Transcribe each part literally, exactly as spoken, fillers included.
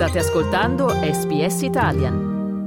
State ascoltando S B S Italian.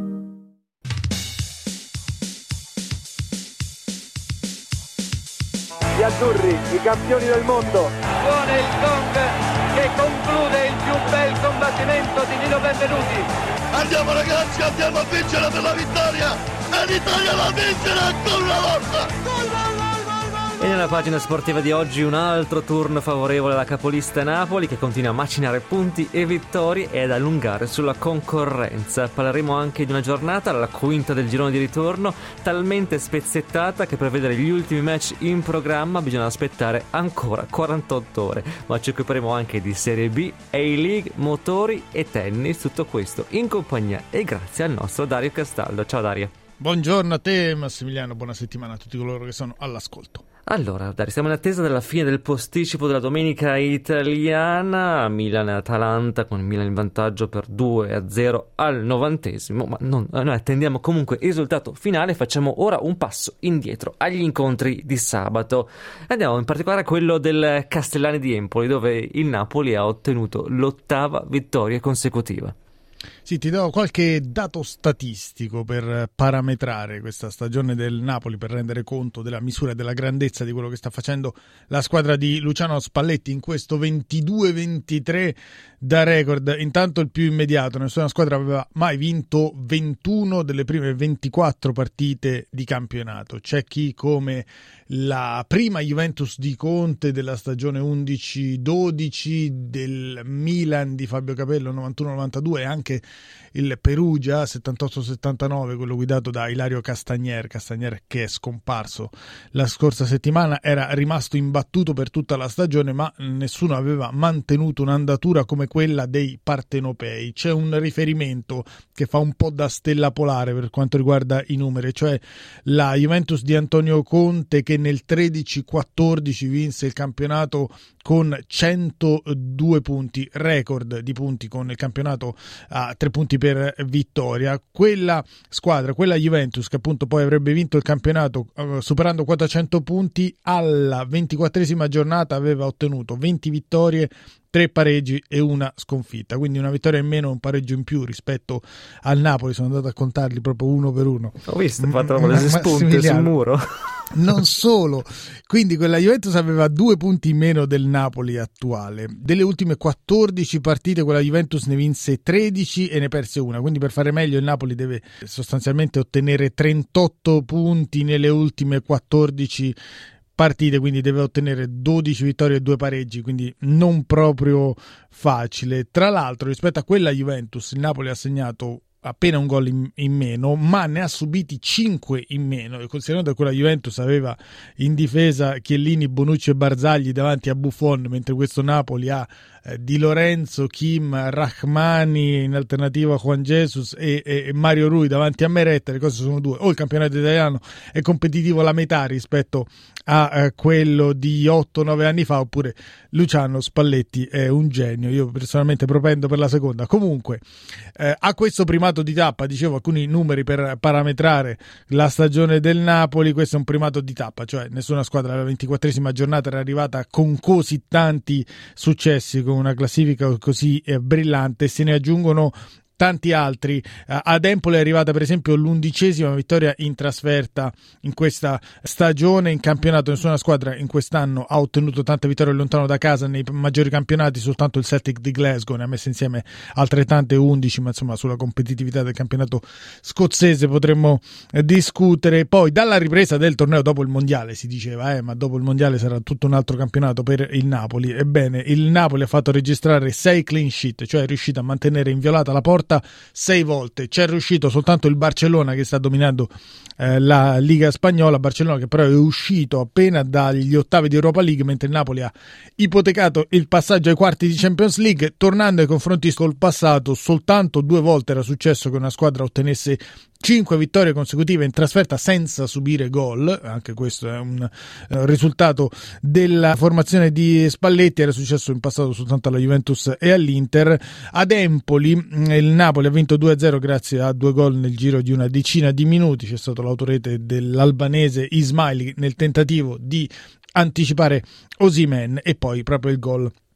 Gli azzurri, i campioni del mondo. Suona il gong che conclude il più bel combattimento di Nino Benvenuti. Andiamo ragazzi, andiamo a vincere per la vittoria e l'Italia la vincerà ancora una volta. Gol, gol, gol, gol, gol. E nella pagina sportiva di oggi un altro turno favorevole alla capolista Napoli, che continua a macinare punti e vittorie e ad allungare sulla concorrenza. Parleremo anche di una giornata, la quinta del girone di ritorno, talmente spezzettata che per vedere gli ultimi match in programma bisogna aspettare ancora quarantotto ore. Ma ci occuperemo anche di Serie B, A-League, motori e tennis, tutto questo in compagnia e grazie al nostro Dario Castaldo. Ciao Dario. Buongiorno a te Massimiliano, buona settimana a tutti coloro che sono all'ascolto. Allora, Dario, stiamo in attesa della fine del posticipo della domenica italiana, Milan e Atalanta, con il Milan in vantaggio per due a zero al novantesimo, ma non, noi attendiamo comunque il risultato finale. Facciamo ora un passo indietro agli incontri di sabato. Andiamo in particolare a quello del Castellani di Empoli, dove il Napoli ha ottenuto l'ottava vittoria consecutiva. Sì, ti do qualche dato statistico per parametrare questa stagione del Napoli, per rendere conto della misura e della grandezza di quello che sta facendo la squadra di Luciano Spalletti in questo ventidue ventitré da record. Intanto il più immediato: nessuna squadra aveva mai vinto ventuno delle prime ventiquattro partite di campionato. C'è chi, come la prima Juventus di Conte della stagione undici dodici, del Milan di Fabio Capello novantuno novantadue, e anche il Perugia settantotto settantanove, quello guidato da Ilario Castagnier, Castagnier che è scomparso la scorsa settimana, era rimasto imbattuto per tutta la stagione, ma nessuno aveva mantenuto un'andatura come quella dei partenopei. C'è un riferimento che fa un po' da stella polare per quanto riguarda i numeri, cioè la Juventus di Antonio Conte, che nel tredici quattordici vinse il campionato con centodue punti, record di punti con il campionato a tre punti per vittoria. Quella squadra, quella Juventus, che appunto poi avrebbe vinto il campionato uh, superando quattrocento punti, alla ventiquattresima giornata aveva ottenuto venti vittorie, tre pareggi e una sconfitta, quindi una vittoria in meno e un pareggio in più rispetto al Napoli. Sono andato a contarli proprio uno per uno. Ho visto, ho fatto le spunte sul muro. Non solo, quindi quella Juventus aveva due punti in meno del Napoli attuale. Delle ultime quattordici partite quella Juventus ne vinse tredici e ne perse una, quindi per fare meglio il Napoli deve sostanzialmente ottenere trentotto punti nelle ultime quattordici partite, quindi deve ottenere dodici vittorie e due pareggi, quindi non proprio facile. Tra l'altro, rispetto a quella Juventus, il Napoli ha segnato appena un gol in, in meno, ma ne ha subiti cinque in meno, e considerando che quella Juventus aveva in difesa Chiellini, Bonucci e Barzagli davanti a Buffon, mentre questo Napoli ha eh, Di Lorenzo, Kim, Rahmani in alternativa a Juan Jesus e, e, e Mario Rui davanti a Meret, le cose sono due: o il campionato italiano è competitivo la metà rispetto a eh, quello di otto nove anni fa, oppure Luciano Spalletti è un genio. Io personalmente propendo per la seconda. Comunque eh, a questo primato di tappa, dicevo alcuni numeri per parametrare la stagione del Napoli. Questo è un primato di tappa, cioè nessuna squadra alla ventiquattresima giornata era arrivata con così tanti successi, con una classifica così eh, brillante. Se ne aggiungono tanti altri. Uh, ad Empoli è arrivata per esempio l'undicesima vittoria in trasferta in questa stagione. In campionato nessuna squadra in quest'anno ha ottenuto tante vittorie lontano da casa nei maggiori campionati, soltanto il Celtic di Glasgow ne ha messe insieme altrettante, undici, ma insomma sulla competitività del campionato scozzese potremmo eh, discutere. Poi dalla ripresa del torneo dopo il mondiale si diceva eh, ma dopo il mondiale sarà tutto un altro campionato per il Napoli. Ebbene, il Napoli ha fatto registrare sei clean sheet, cioè è riuscito a mantenere inviolata la porta sei volte. C'è riuscito soltanto il Barcellona, che sta dominando eh, la Liga spagnola. Barcellona che però è uscito appena dagli ottavi di Europa League, mentre il Napoli ha ipotecato il passaggio ai quarti di Champions League. Tornando ai confronti col passato, soltanto due volte era successo che una squadra ottenesse cinque vittorie consecutive in trasferta senza subire gol. Anche questo è un uh, risultato della formazione di Spalletti. Era successo in passato soltanto alla Juventus e all'Inter. Ad Empoli il Napoli ha vinto due a zero grazie a due gol nel giro di una decina di minuti. C'è stato l'autorete dell'albanese Ismaili nel tentativo di anticipare Osimhen, e poi proprio il gol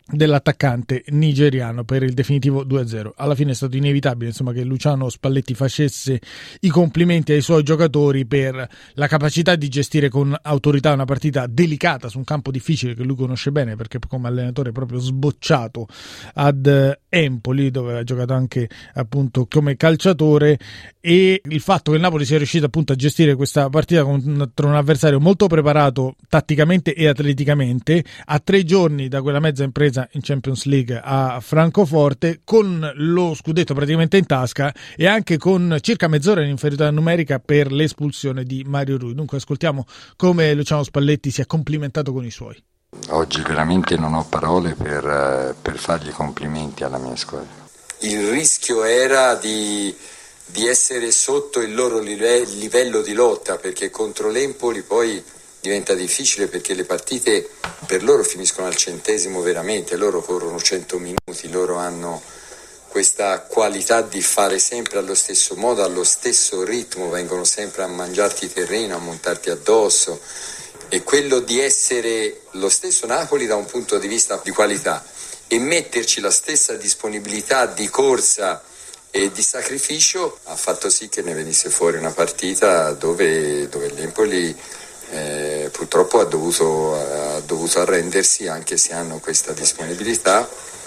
dell'attaccante nigeriano per il definitivo due a zero. Alla fine è stato inevitabile, insomma, che Luciano Spalletti facesse i complimenti ai suoi giocatori per la capacità di gestire con autorità una partita delicata su un campo difficile che lui conosce bene, perché come allenatore è proprio sbocciato ad Empoli, dove ha giocato anche appunto come calciatore, e il fatto che il Napoli sia riuscito appunto a gestire questa partita contro un avversario molto preparato tatticamente e atleticamente, a tre giorni da quella mezza impresa in Champions League a Francoforte, con lo scudetto praticamente in tasca e anche con circa mezz'ora in inferiorità numerica per l'espulsione di Mario Rui. Dunque ascoltiamo come Luciano Spalletti si è complimentato con i suoi. Oggi veramente non ho parole per, per fargli complimenti alla mia squadra. Il rischio era di, di essere sotto il loro livello di lotta, perché contro l'Empoli poi diventa difficile, perché le partite per loro finiscono al centesimo veramente, loro corrono cento minuti, loro hanno questa qualità di fare sempre allo stesso modo, allo stesso ritmo, vengono sempre a mangiarti terreno, a montarti addosso, e quello di essere lo stesso Napoli da un punto di vista di qualità e metterci la stessa disponibilità di corsa e di sacrificio ha fatto sì che ne venisse fuori una partita dove, dove l'Empoli Eh, purtroppo ha dovuto, ha dovuto arrendersi, anche se hanno questa disponibilità,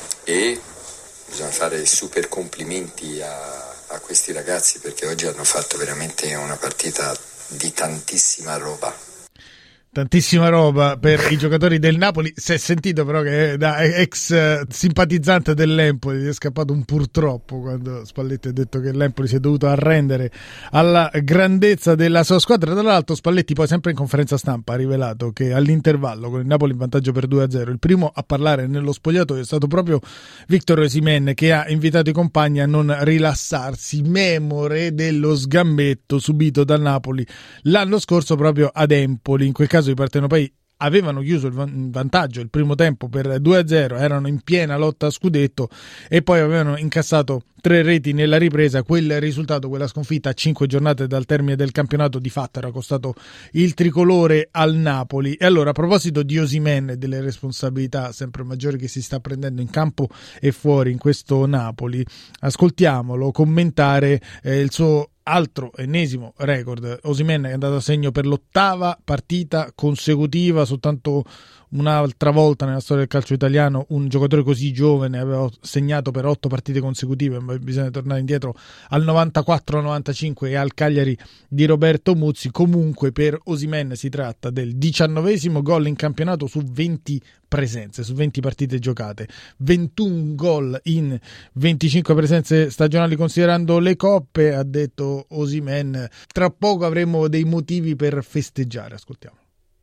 e bisogna fare super complimenti a, a questi ragazzi, perché oggi hanno fatto veramente una partita di tantissima roba. Tantissima roba per i giocatori del Napoli. Si è sentito però che da ex simpatizzante dell'Empoli gli è scappato un purtroppo quando Spalletti ha detto che l'Empoli si è dovuto arrendere alla grandezza della sua squadra. Tra l'altro Spalletti poi sempre in conferenza stampa ha rivelato che all'intervallo, con il Napoli in vantaggio per due a zero, il primo a parlare nello spogliatoio è stato proprio Victor Osimhen, che ha invitato i compagni a non rilassarsi, memore dello sgambetto subito dal Napoli l'anno scorso proprio ad Empoli. In quel caso i partenopei avevano chiuso il vantaggio il primo tempo per due a zero, erano in piena lotta a scudetto e poi avevano incassato tre reti nella ripresa. Quel risultato, quella sconfitta a cinque giornate dal termine del campionato, di fatto era costato il tricolore al Napoli. E allora, a proposito di Osimhen e delle responsabilità sempre maggiori che si sta prendendo in campo e fuori in questo Napoli, ascoltiamolo commentare eh, il suo altro ennesimo record. Osimhen è andato a segno per l'ottava partita consecutiva, soltanto un'altra volta nella storia del calcio italiano un giocatore così giovane aveva segnato per otto partite consecutive, ma bisogna tornare indietro al novantaquattro novantacinque e al Cagliari di Roberto Muzzi. Comunque per Osimhen si tratta del diciannovesimo gol in campionato su venti presenze, su venti partite giocate, ventuno gol in venticinque presenze stagionali considerando le coppe. Ha detto Osimhen: tra poco avremo dei motivi per festeggiare. Ascoltiamo.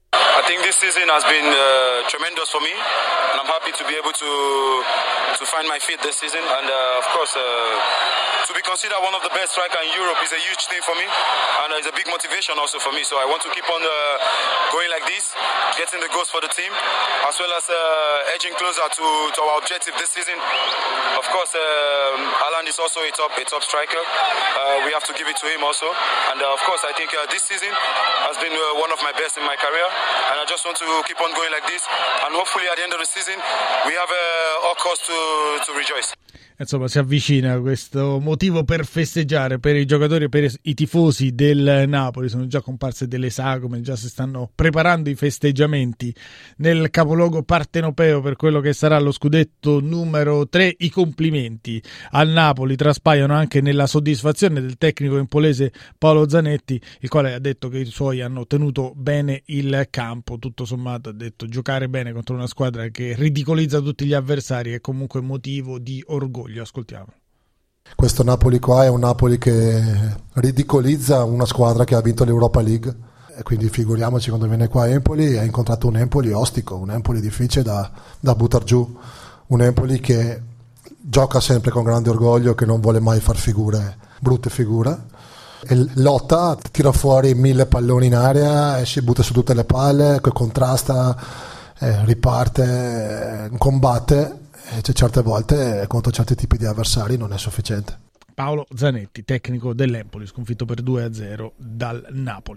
I think this season has been uh, tremendous for me, and I'm happy to be able to to find my feet this season. And uh, of course, uh, to be considered one of the best strikers in Europe is a huge thing for me, and uh, it's a big motivation also for me. So I want to keep on uh, going like this, getting the goals for the team, as well as uh, edging closer to, to our objective this season. Of course, uh, Alan is also a top a top striker. Uh, we have to give it to him also, and uh, of course, I think uh, this season has been uh, one of my best in my career. And I just want to keep on going like this, and hopefully at the end of the season we have uh, all cause to, to rejoice. Insomma, si avvicina questo motivo per festeggiare per i giocatori e per i tifosi del Napoli. Sono già comparse delle sagome, già si stanno preparando i festeggiamenti nel capoluogo partenopeo per quello che sarà lo scudetto numero tre. I complimenti al Napoli traspaiono anche nella soddisfazione del tecnico empolese Paolo Zanetti, il quale ha detto che i suoi hanno tenuto bene il campo. Tutto sommato, ha detto, giocare bene contro una squadra che ridicolizza tutti gli avversari è comunque motivo di orgoglio. Ascoltiamo. Questo Napoli qua è un Napoli che ridicolizza una squadra che ha vinto l'Europa League, e quindi figuriamoci quando viene qua a Empoli. Ha incontrato un Empoli ostico, un Empoli difficile da, da buttare giù, un Empoli che gioca sempre con grande orgoglio, che non vuole mai far figure, brutte figure, e lotta, tira fuori mille palloni in area e si butta su tutte le palle, contrasta, eh, riparte, eh, combatte. E certe volte contro certi tipi di avversari non è sufficiente. Paolo Zanetti, tecnico dell'Empoli, sconfitto per due a zero dal Napoli.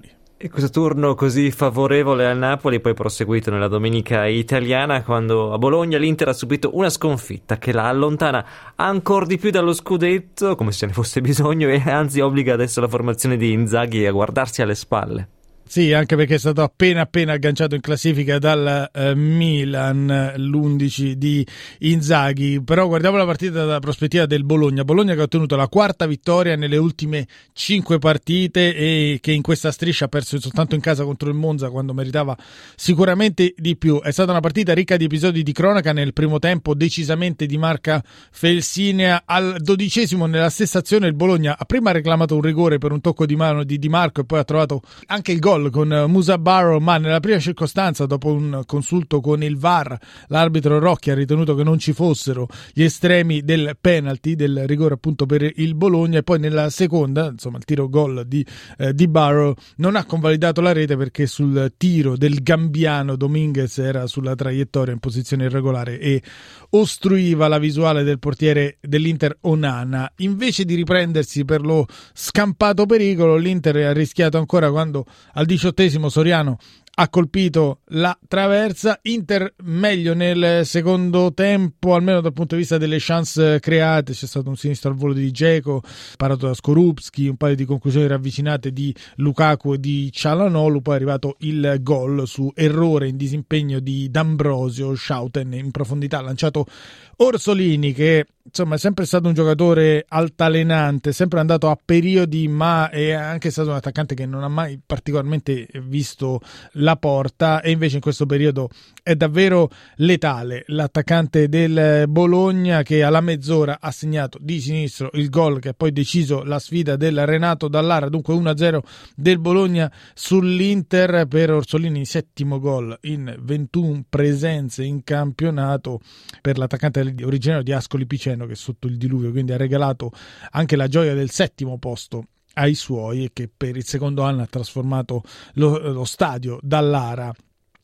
E questo turno così favorevole al Napoli poi proseguito nella domenica italiana, quando a Bologna l'Inter ha subito una sconfitta che la allontana ancora di più dallo scudetto, come se ne fosse bisogno, e anzi obbliga adesso la formazione di Inzaghi a guardarsi alle spalle. Sì, anche perché è stato appena appena agganciato in classifica dal eh, Milan, l'undici di Inzaghi. Però guardiamo la partita dalla prospettiva del Bologna. Bologna che ha ottenuto la quarta vittoria nelle ultime cinque partite e che in questa striscia ha perso soltanto in casa contro il Monza, quando meritava sicuramente di più. È stata una partita ricca di episodi di cronaca. Nel primo tempo decisamente di marca felsinea. Al dodicesimo, nella stessa azione, il Bologna ha prima reclamato un rigore per un tocco di mano di Di Marco e poi ha trovato anche il gol con Musa Barrow, ma nella prima circostanza, dopo un consulto con il V A R, l'arbitro Rocchi ha ritenuto che non ci fossero gli estremi del penalty, del rigore appunto per il Bologna, e poi nella seconda, insomma il tiro gol di, eh, di Barrow, non ha convalidato la rete perché sul tiro del gambiano Dominguez era sulla traiettoria in posizione irregolare e ostruiva la visuale del portiere dell'Inter Onana. Invece di riprendersi per lo scampato pericolo, l'Inter ha rischiato ancora quando al diciottesimo Soriano ha colpito la traversa. Inter meglio nel secondo tempo, almeno dal punto di vista delle chance create. C'è stato un sinistro al volo di Dzeko parato da Skorupski, un paio di conclusioni ravvicinate di Lukaku e di Çalhanoğlu, poi è arrivato il gol su errore in disimpegno di D'Ambrosio. Schouten in profondità ha lanciato Orsolini, che insomma è sempre stato un giocatore altalenante, sempre andato a periodi, ma è anche stato un attaccante che non ha mai particolarmente visto la porta, e invece in questo periodo è davvero letale l'attaccante del Bologna, che alla mezz'ora ha segnato di sinistro il gol che ha poi deciso la sfida del Renato Dallara. Dunque uno a zero del Bologna sull'Inter per Orsolini, settimo gol in ventuno presenze in campionato per l'attaccante originario di Ascoli Piceno, che è sotto il diluvio, quindi ha regalato anche la gioia del settimo posto ai suoi, e che per il secondo anno ha trasformato lo, lo stadio Dallara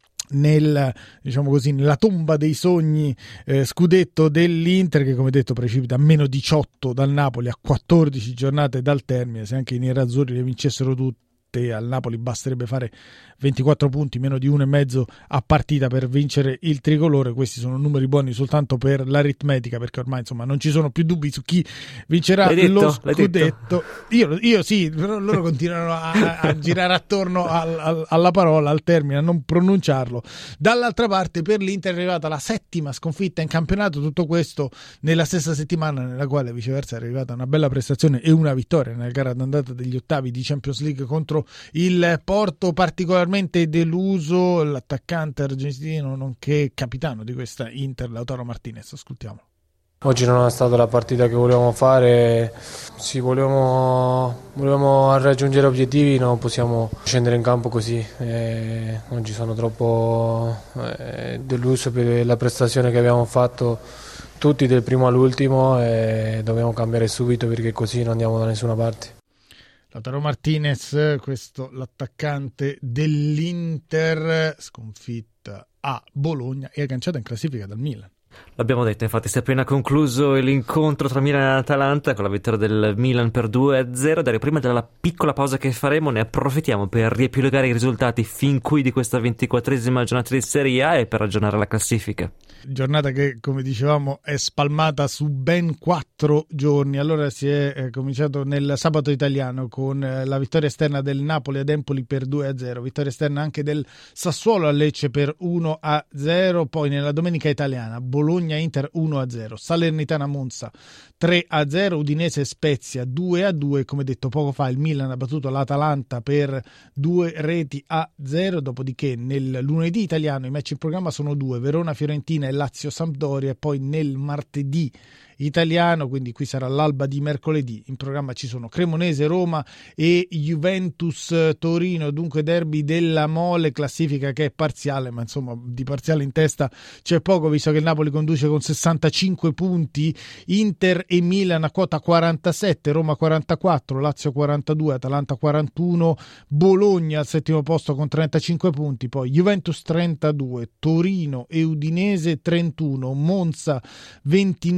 nel, diciamo così, nella tomba dei sogni eh, scudetto dell'Inter, che come detto precipita a meno diciotto dal Napoli a quattordici giornate dal termine. Se anche i nerazzurri le vincessero tutte, al Napoli basterebbe fare ventiquattro punti, meno di uno e mezzo a partita per vincere il tricolore. Questi sono numeri buoni soltanto per l'aritmetica, perché ormai insomma non ci sono più dubbi su chi vincerà detto, lo scudetto. Io, io sì, però loro continuano a, a girare attorno al, al, alla parola, al termine, a non pronunciarlo. Dall'altra parte per l'Inter è arrivata la settima sconfitta in campionato, tutto questo nella stessa settimana nella quale viceversa è arrivata una bella prestazione e una vittoria nella gara d'andata degli ottavi di Champions League contro il Porto. Particolarmente deluso l'attaccante argentino nonché capitano di questa Inter, Lautaro Martinez. Ascoltiamo. Oggi non è stata la partita che volevamo fare, sì, volevamo, volevamo raggiungere obiettivi, non possiamo scendere in campo così. Eh, oggi sono troppo eh, deluso per la prestazione che abbiamo fatto tutti dal primo all'ultimo, e dobbiamo cambiare subito perché così non andiamo da nessuna parte. Lautaro Martinez, questo l'attaccante dell'Inter, sconfitta a Bologna e agganciata in classifica dal Milan. L'abbiamo detto, infatti si è appena concluso l'incontro tra Milan e Atalanta con la vittoria del Milan per due a zero. Dario, prima della piccola pausa che faremo ne approfittiamo per riepilogare i risultati fin qui di questa ventiquattresima giornata di Serie A e per ragionare la classifica. Giornata che, come dicevamo, è spalmata su ben quattro giorni. Allora si è eh, cominciato nel sabato italiano con eh, la vittoria esterna del Napoli ad Empoli per due a zero, vittoria esterna anche del Sassuolo a Lecce per uno a zero, poi nella domenica italiana Bologna-Inter uno a zero, Salernitana-Monza tre a zero, Udinese-Spezia due a due, come detto poco fa il Milan ha battuto l'Atalanta per due reti a zero, dopodiché nel lunedì italiano i match in programma sono due, Verona-Fiorentina e Lazio-Sampdoria, e poi nel martedì italiano, quindi qui sarà l'alba di mercoledì, in programma ci sono Cremonese-Roma e Juventus-Torino, dunque derby della Mole, classifica che è parziale, ma insomma di parziale in testa c'è poco, visto che il Napoli conduce con sessantacinque punti, Inter e Milan a quota quarantasette, Roma quarantaquattro, Lazio quarantadue, Atalanta quarantuno, Bologna al settimo posto con trentacinque punti, poi Juventus trentadue, Torino e Udinese trentuno, Monza ventinove,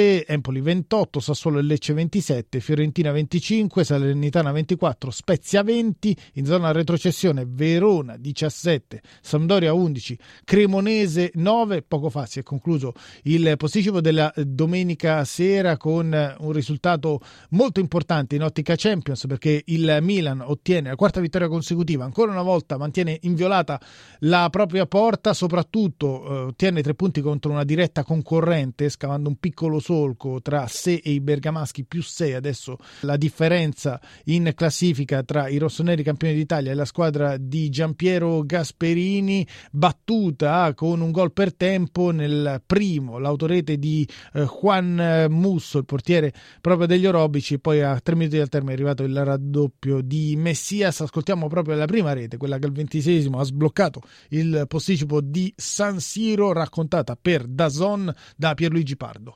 nove, Empoli ventotto, Sassuolo e Lecce ventisette, Fiorentina venticinque, Salernitana ventiquattro, Spezia venti, in zona retrocessione Verona diciassette, Sampdoria undici, Cremonese nove. Poco fa si è concluso il posticipo della domenica sera con un risultato molto importante in ottica Champions, perché il Milan ottiene la quarta vittoria consecutiva, ancora una volta mantiene inviolata la propria porta, soprattutto eh, ottiene tre punti contro una diretta concorrente, scavando un piccolo solco tra sé e i bergamaschi, più sei adesso la differenza in classifica tra i rossoneri campioni d'Italia e la squadra di Giampiero Gasperini, battuta con un gol per tempo nel primo, l'autorete di eh, Juan Musso, il portiere proprio degli orobici, e poi a tre minuti dal termine è arrivato il raddoppio di Messias. Ascoltiamo proprio la prima rete, quella che al ventiseiesimo ha sbloccato il posticipo di San Siro, raccontata per DAZN da Pierluigi Pardo.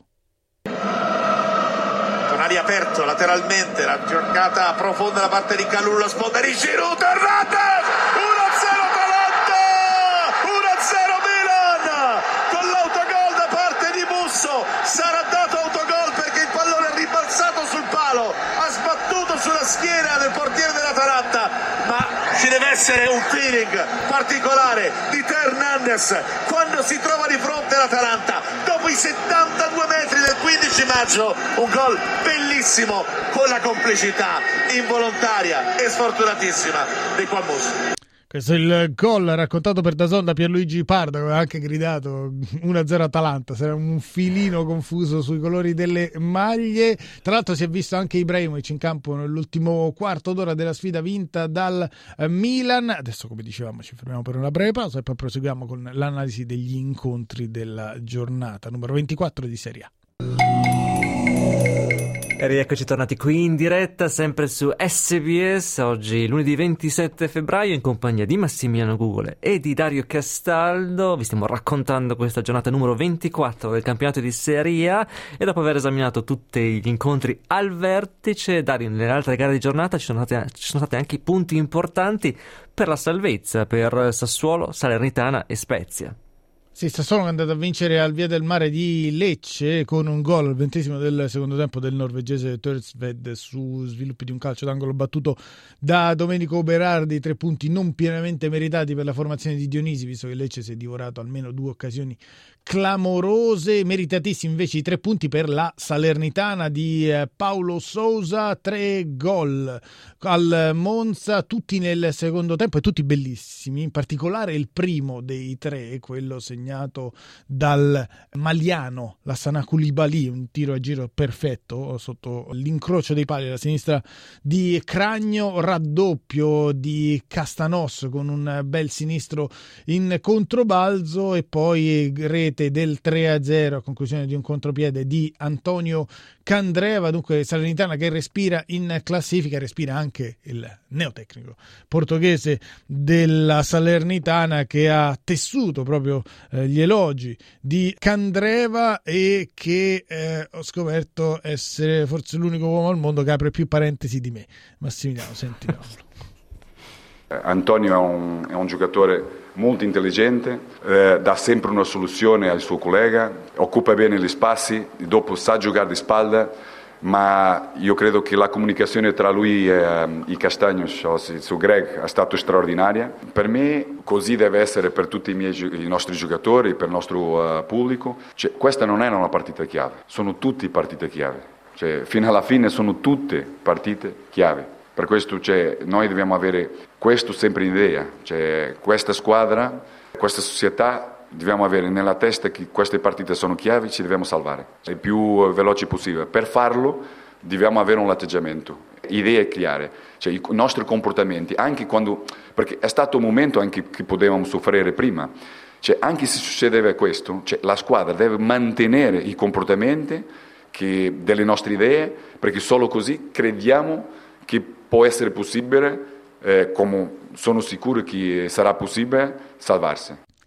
Con ali aperto lateralmente, la giocata profonda da parte di Kalulu, la sponda di Giroud, Hernandez, uno a zero Atalanta, uno a zero Milan, con l'autogol da parte di Musso. Sarà dato autogol perché il pallone è rimbalzato sul palo, ha sbattuto sulla schiena del portiere dell'Atalanta, ma ci deve essere un feeling particolare di Teo Hernandez quando si trova di fronte all'Atalanta dopo i settantadue metri del quindici maggio. Un gol bellissimo con la complicità involontaria e sfortunatissima di Juan Musso. Questo è il gol raccontato per DAZN da Pierluigi Pardo, che aveva anche gridato uno a zero Atalanta. Sarà un filino confuso sui colori delle maglie. Tra l'altro si è visto anche Ibrahimovic in campo nell'ultimo quarto d'ora della sfida vinta dal Milan. Adesso, come dicevamo, ci fermiamo per una breve pausa e poi proseguiamo con l'analisi degli incontri della giornata numero ventiquattro di Serie A. E rieccoci tornati qui in diretta, sempre su S B S, oggi lunedì ventisette febbraio, in compagnia di Massimiliano Gugole e di Dario Castaldo. Vi stiamo raccontando questa giornata numero ventiquattro del campionato di Serie A, e dopo aver esaminato tutti gli incontri al vertice, Dario, nelle altre gare di giornata ci sono stati, ci sono stati anche i punti importanti per la salvezza, per Sassuolo, Salernitana e Spezia. Sì, Sassuolo è andato a vincere al Via del Mare di Lecce con un gol al ventesimo del secondo tempo del norvegese Tørsved su sviluppi di un calcio d'angolo battuto da Domenico Berardi. Tre punti non pienamente meritati per la formazione di Dionisi, visto che Lecce si è divorato almeno due occasioni clamorose. Meritatissimi invece i tre punti per la Salernitana di Paulo Sousa, tre gol al Monza, tutti nel secondo tempo e tutti bellissimi, in particolare il primo dei tre, quello segnato dal maliano Lassana Koulibaly, un tiro a giro perfetto sotto l'incrocio dei pali alla sinistra di Cragno, raddoppio di Castanos con un bel sinistro in controbalzo, e poi rete del tre a zero a conclusione di un contropiede di Antonio Candreva. Dunque Salernitana che respira in classifica, respira anche il neotecnico portoghese della Salernitana, che ha tessuto proprio eh, gli elogi di Candreva e che eh, ho scoperto essere forse l'unico uomo al mondo che apre più parentesi di me. Massimiliano, sentiamo. Antonio è un, è un giocatore molto intelligente, eh, dà sempre una soluzione al suo collega, occupa bene gli spazi, dopo sa giocare di spalla, ma io credo che la comunicazione tra lui e i Castagnos, su Greg, è stata straordinaria. Per me così deve essere per tutti i, miei, i nostri giocatori, per il nostro uh, pubblico. Cioè, questa non è una partita chiave, sono tutte partite chiave, cioè, fino alla fine sono tutte partite chiave. Per questo cioè, noi dobbiamo avere questo sempre in idea, cioè, questa squadra, questa società, dobbiamo avere nella testa che queste partite sono chiavi, ci dobbiamo salvare il più veloce possibile. Per farlo dobbiamo avere un atteggiamento, idee chiare, cioè i nostri comportamenti, anche quando, perché è stato un momento anche che potevamo soffrire prima, cioè, anche se succedeva questo, cioè, la squadra deve mantenere i comportamenti che, delle nostre idee, perché solo così crediamo che può essere possibile, eh, come sono sicuro che sarà possibile, salvarsi.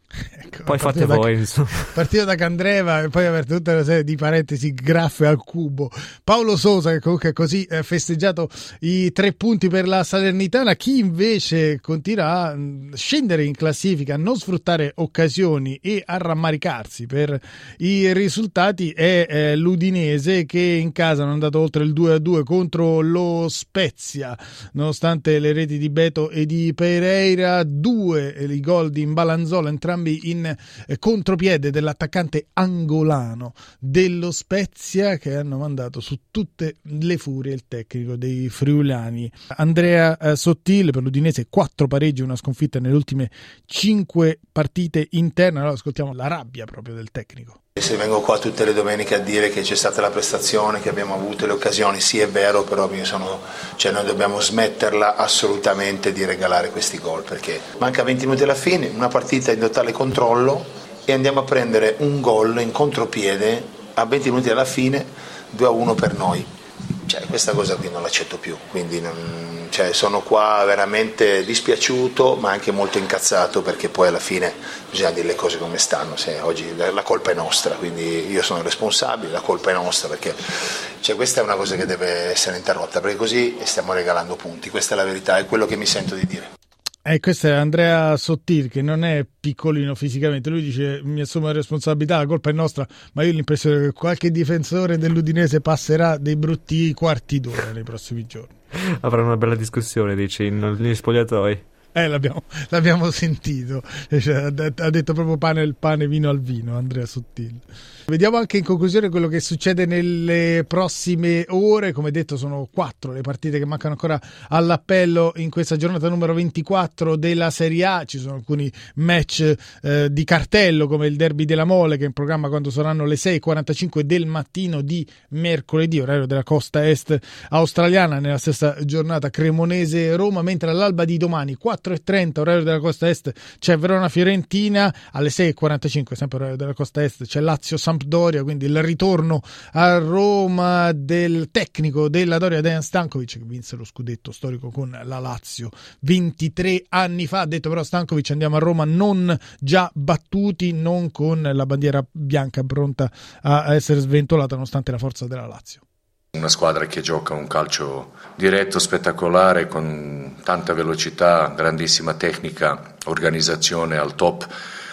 Ecco, poi fate da, voi, insomma. Partito da Candreva e poi aperto tutta una serie di parentesi graffe al cubo. Paolo Sosa, che comunque ha così eh, festeggiato i tre punti per la Salernitana. Chi invece continuerà a scendere in classifica, a non sfruttare occasioni e a rammaricarsi per i risultati è eh, l'Udinese, che in casa non è andato oltre il due a due contro lo Spezia, nonostante le reti di Beto e di Pereira. Due i gol di Mbalanzola, entrambi in eh, contropiede dell'attaccante angolano dello Spezia, che hanno mandato su tutte le furie il tecnico dei friulani. Andrea eh, Sottil per l'Udinese, quattro pareggi, una sconfitta nelle ultime cinque partite interne. Allora ascoltiamo la rabbia proprio del tecnico. Se vengo qua tutte le domeniche a dire che c'è stata la prestazione, che abbiamo avuto le occasioni, sì è vero, però io sono, cioè noi dobbiamo smetterla assolutamente di regalare questi gol, perché manca venti minuti alla fine, una partita in totale controllo e andiamo a prendere un gol in contropiede a venti minuti alla fine, due a uno per noi. Cioè, questa cosa qui non l'accetto più, quindi non, cioè, sono qua veramente dispiaciuto ma anche molto incazzato, perché poi alla fine bisogna dire le cose come stanno. Se oggi la, la colpa è nostra, quindi io sono responsabile, la colpa è nostra, perché cioè, questa è una cosa che deve essere interrotta, perché così stiamo regalando punti, questa è la verità, è quello che mi sento di dire. E eh, questo è Andrea Sottil, che non è piccolino fisicamente. Lui dice: mi assumo la responsabilità, la colpa è nostra, ma io ho l'impressione che qualche difensore dell'Udinese passerà dei brutti quarti d'ora nei prossimi giorni. Avranno una bella discussione, dici, negli spogliatoi. Eh, l'abbiamo, l'abbiamo sentito, cioè, ha detto proprio pane al pane, vino al vino, Andrea Sottil. Vediamo anche in conclusione quello che succede nelle prossime ore. Come detto, sono quattro le partite che mancano ancora all'appello in questa giornata numero ventiquattro della Serie A. Ci sono alcuni match eh, di cartello, come il derby della Mole, che è in programma quando saranno le sei e quarantacinque del mattino di mercoledì, orario della costa est australiana. Nella stessa giornata Cremonese-Roma, mentre all'alba di domani quattro e trenta orario della costa est c'è Verona-Fiorentina, alle sei e quarantacinque sempre orario della costa est c'è Lazio-Sampdoria, quindi il ritorno a Roma del tecnico della Doria, Dejan Stankovic, che vinse lo scudetto storico con la Lazio ventitré anni fa. Ha detto però Stankovic: andiamo a Roma non già battuti, non con la bandiera bianca pronta a essere sventolata nonostante la forza della Lazio. Una squadra che gioca un calcio diretto, spettacolare, con tanta velocità, grandissima tecnica, organizzazione al top,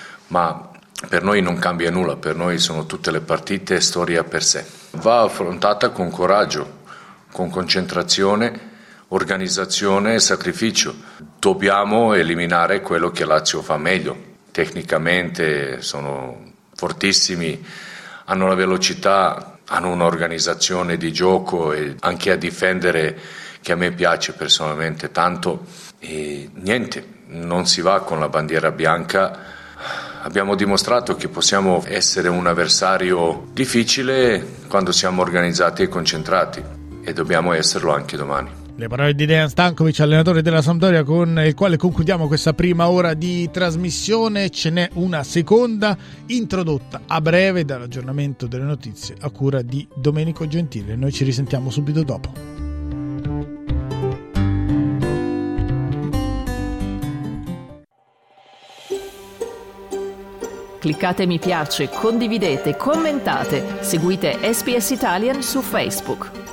ma per noi non cambia nulla, per noi sono tutte le partite storia per sé. Va affrontata con coraggio, con concentrazione, organizzazione e sacrificio. Dobbiamo eliminare quello che Lazio fa meglio. Tecnicamente sono fortissimi, hanno la velocità, hanno un'organizzazione di gioco e anche a difendere che a me piace personalmente tanto. E niente, non si va con la bandiera bianca. Abbiamo dimostrato che possiamo essere un avversario difficile quando siamo organizzati e concentrati, e dobbiamo esserlo anche domani. Le parole di Dejan Stankovic, allenatore della Sampdoria, con il quale concludiamo questa prima ora di trasmissione. Ce n'è una seconda introdotta a breve dall'aggiornamento delle notizie a cura di Domenico Gentile. Noi ci risentiamo subito dopo. Cliccate mi piace, condividete, commentate, seguite S B S Italian su Facebook.